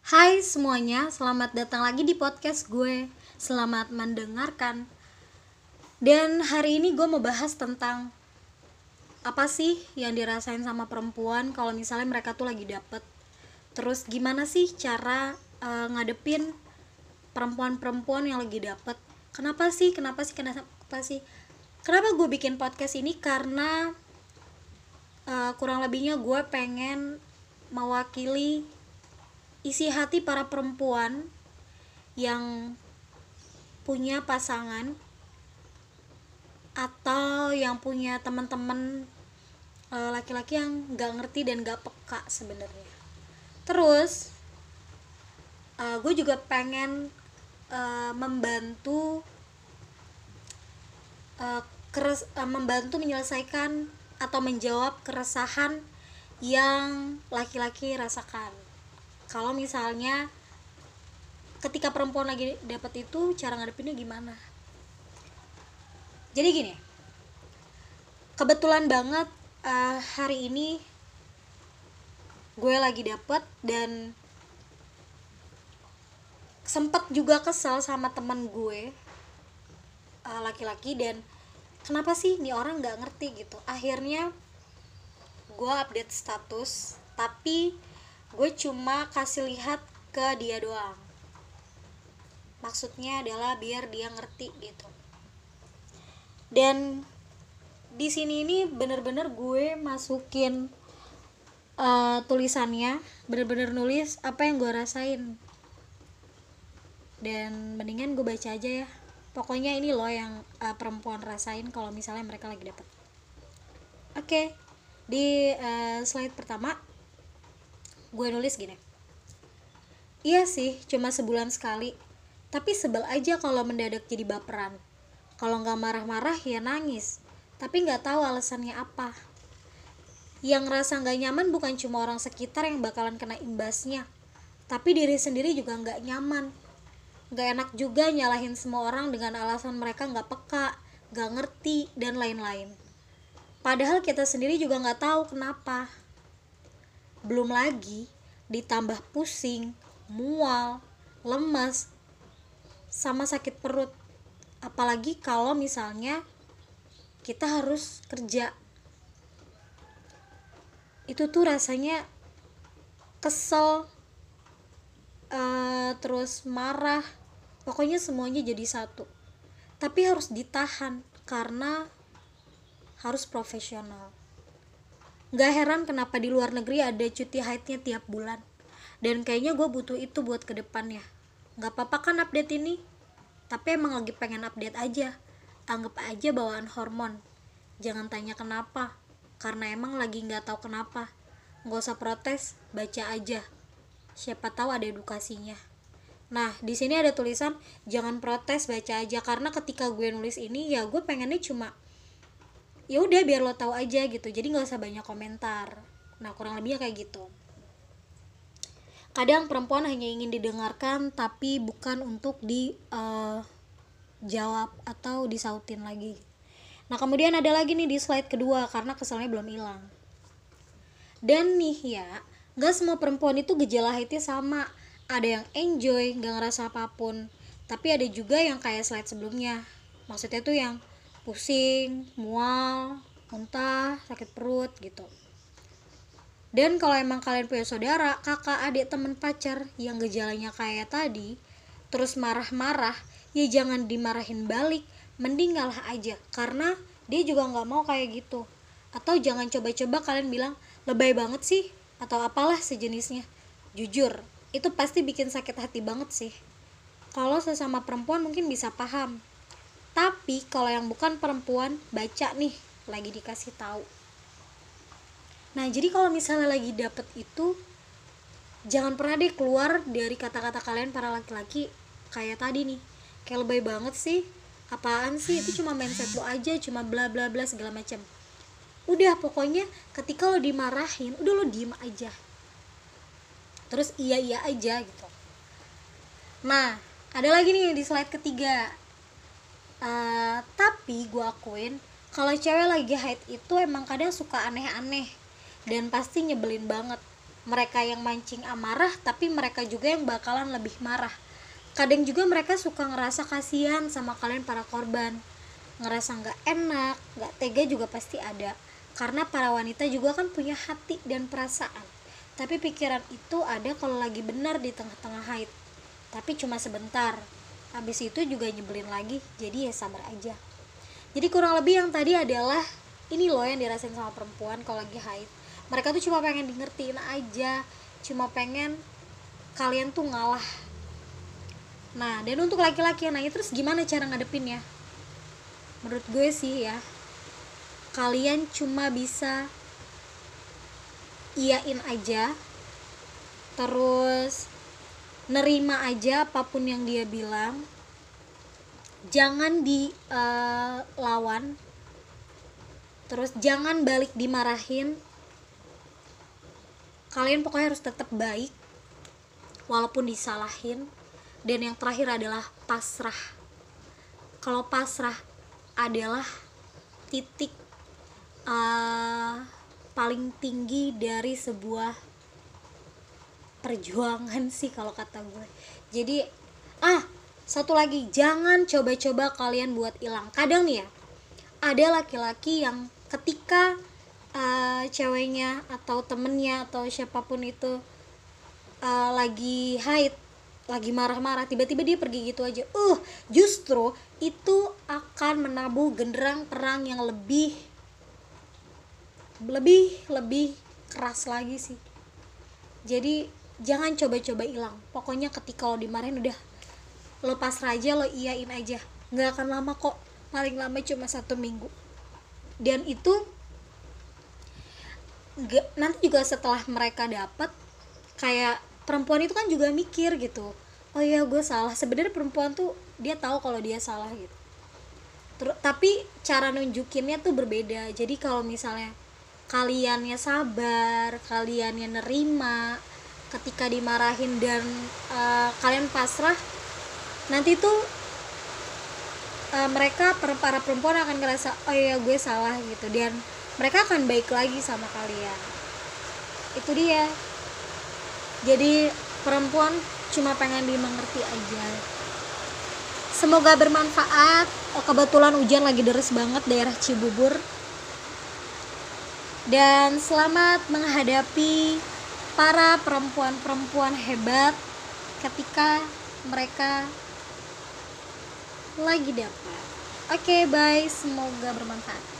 Hai semuanya, selamat datang lagi di podcast gue. Selamat mendengarkan. Dan hari ini gue mau bahas tentang apa sih yang dirasain sama perempuan kalau misalnya mereka tuh lagi dapet. Terus gimana sih cara ngadepin perempuan-perempuan yang lagi dapet. Kenapa gue bikin podcast ini? Karena kurang lebihnya gue pengen mewakili isi hati para perempuan yang punya pasangan atau yang punya teman-teman laki-laki yang nggak ngerti dan nggak peka sebenarnya. Terus gue juga pengen membantu menyelesaikan atau menjawab keresahan yang laki-laki rasakan. Kalau misalnya ketika perempuan lagi dapet itu, cara ngadepinnya gimana? Jadi gini, kebetulan banget hari ini gue lagi dapet dan sempet juga kesel sama teman gue laki-laki. Dan kenapa sih nih orang nggak ngerti gitu. Akhirnya gue update status, tapi gue cuma kasih lihat ke dia doang. Maksudnya adalah biar dia ngerti gitu. Dan di sini ini bener-bener gue masukin tulisannya, bener-bener nulis apa yang gue rasain. Dan mendingan gue baca aja ya. Pokoknya ini loh yang perempuan rasain kalau misalnya mereka lagi dapet. Oke, di slide pertama gue nulis gini. Iya sih, cuma sebulan sekali. Tapi sebel aja kalau mendadak jadi baperan. Kalau gak marah-marah ya nangis. Tapi gak tahu alasannya apa. Yang ngerasa gak nyaman bukan cuma orang sekitar yang bakalan kena imbasnya, tapi diri sendiri juga gak nyaman. Gak enak juga nyalahin semua orang dengan alasan mereka gak peka, gak ngerti, dan lain-lain. Padahal kita sendiri juga gak tahu kenapa. Belum lagi ditambah pusing, mual, lemas, sama sakit perut. Apalagi kalau misalnya kita harus kerja. Itu tuh rasanya kesel, terus marah. Pokoknya semuanya jadi satu. Tapi harus ditahan karena harus profesional. Gak heran kenapa di luar negeri ada cuti haidnya tiap bulan. Dan kayaknya gue butuh itu buat kedepannya. Gak apa-apa kan update ini? Tapi emang lagi pengen update aja. Anggap aja bawaan hormon. Jangan tanya kenapa, karena emang lagi gak tahu kenapa. Gak usah protes, baca aja. Siapa tahu ada edukasinya. Nah, di sini ada tulisan jangan protes, baca aja. Karena ketika gue nulis ini ya gue pengennya cuma ya udah biar lo tahu aja gitu, jadi nggak usah banyak komentar. Nah, kurang lebihnya kayak gitu. Kadang perempuan hanya ingin didengarkan tapi bukan untuk dijawab atau disautin lagi. Nah, kemudian ada lagi nih di slide kedua karena keselnya belum hilang. Dan nih ya, nggak semua perempuan itu gejala haidnya sama. Ada yang enjoy, nggak ngerasa apapun, tapi ada juga yang kayak slide sebelumnya. Maksudnya tuh yang pusing, mual, muntah, sakit perut gitu. Dan kalau emang kalian punya saudara, kakak, adik, teman, pacar yang gejalanya kayak tadi, terus marah-marah, ya jangan dimarahin balik, mending ngalah aja, karena dia juga nggak mau kayak gitu. Atau jangan coba-coba kalian bilang lebay banget sih, atau apalah sejenisnya. Jujur, itu pasti bikin sakit hati banget sih. Kalau sesama perempuan mungkin bisa paham. Tapi kalau yang bukan perempuan, baca nih, lagi dikasih tahu. Nah, jadi kalau misalnya lagi dapet itu, jangan pernah deh keluar dari kata-kata kalian para laki-laki kayak tadi nih. Kayak lebay banget sih. Apaan sih? Itu cuma mindset lo aja, cuma bla bla bla segala macam. Udah, pokoknya ketika lo dimarahin, udah lo diem aja. Terus iya aja gitu. Nah, ada lagi nih di slide ketiga. Tapi gue akuin kalau cewek lagi haid itu emang kadang suka aneh-aneh dan pasti nyebelin banget. mereka yang mancing amarah, tapi mereka juga yang bakalan lebih marah. Kadang juga mereka suka ngerasa kasihan sama kalian para korban, ngerasa nggak enak, nggak tega juga pasti ada. Karena para wanita juga kan punya hati dan perasaan. Tapi pikiran itu ada kalau lagi benar di tengah-tengah haid. Tapi cuma sebentar. Habis itu juga nyebelin lagi. Jadi ya sabar aja. Jadi kurang lebih yang tadi adalah ini loh yang dirasain sama perempuan kalau lagi haid. Mereka tuh cuma pengen di ngertiin aja, cuma pengen kalian tuh ngalah. Nah, dan untuk laki-laki yang nanya terus gimana cara ngadepinnya? Menurut gue sih ya, kalian cuma bisa iyain aja, terus nerima aja apapun yang dia bilang, jangan dilawan, terus jangan balik dimarahin. Kalian pokoknya harus tetap baik walaupun disalahin. Dan yang terakhir adalah pasrah. Kalau pasrah adalah titik paling tinggi dari sebuah perjuangan sih kalau kata gue. Jadi satu lagi, jangan coba-coba kalian buat hilang. Kadang nih ya, ada laki-laki yang ketika ceweknya atau temennya atau siapapun itu lagi haid, lagi marah-marah, tiba-tiba dia pergi gitu aja. Justru itu akan menabuh genderang perang yang lebih keras lagi sih. Jadi jangan coba-coba hilang. Pokoknya ketika lo dimarahin udah, lo pasrah aja, lo iyain aja. Nggak akan lama kok, paling lama cuma 1 minggu. Dan itu nanti juga setelah mereka dapet, kayak perempuan itu kan juga mikir gitu, oh iya gue salah. Sebenarnya perempuan tuh dia tahu kalau dia salah gitu. Tapi cara nunjukinnya tuh berbeda. Jadi kalau misalnya kaliannya sabar, kaliannya nerima ketika dimarahin dan kalian pasrah, nanti tuh mereka para perempuan akan ngerasa oh iya gue salah gitu, dan mereka akan baik lagi sama kalian. Itu dia. Jadi perempuan cuma pengen dimengerti aja. Semoga bermanfaat. Kebetulan hujan lagi deres banget daerah Cibubur. Dan selamat menghadapi para perempuan-perempuan hebat ketika mereka lagi dapat. Oke, bye. Semoga bermanfaat.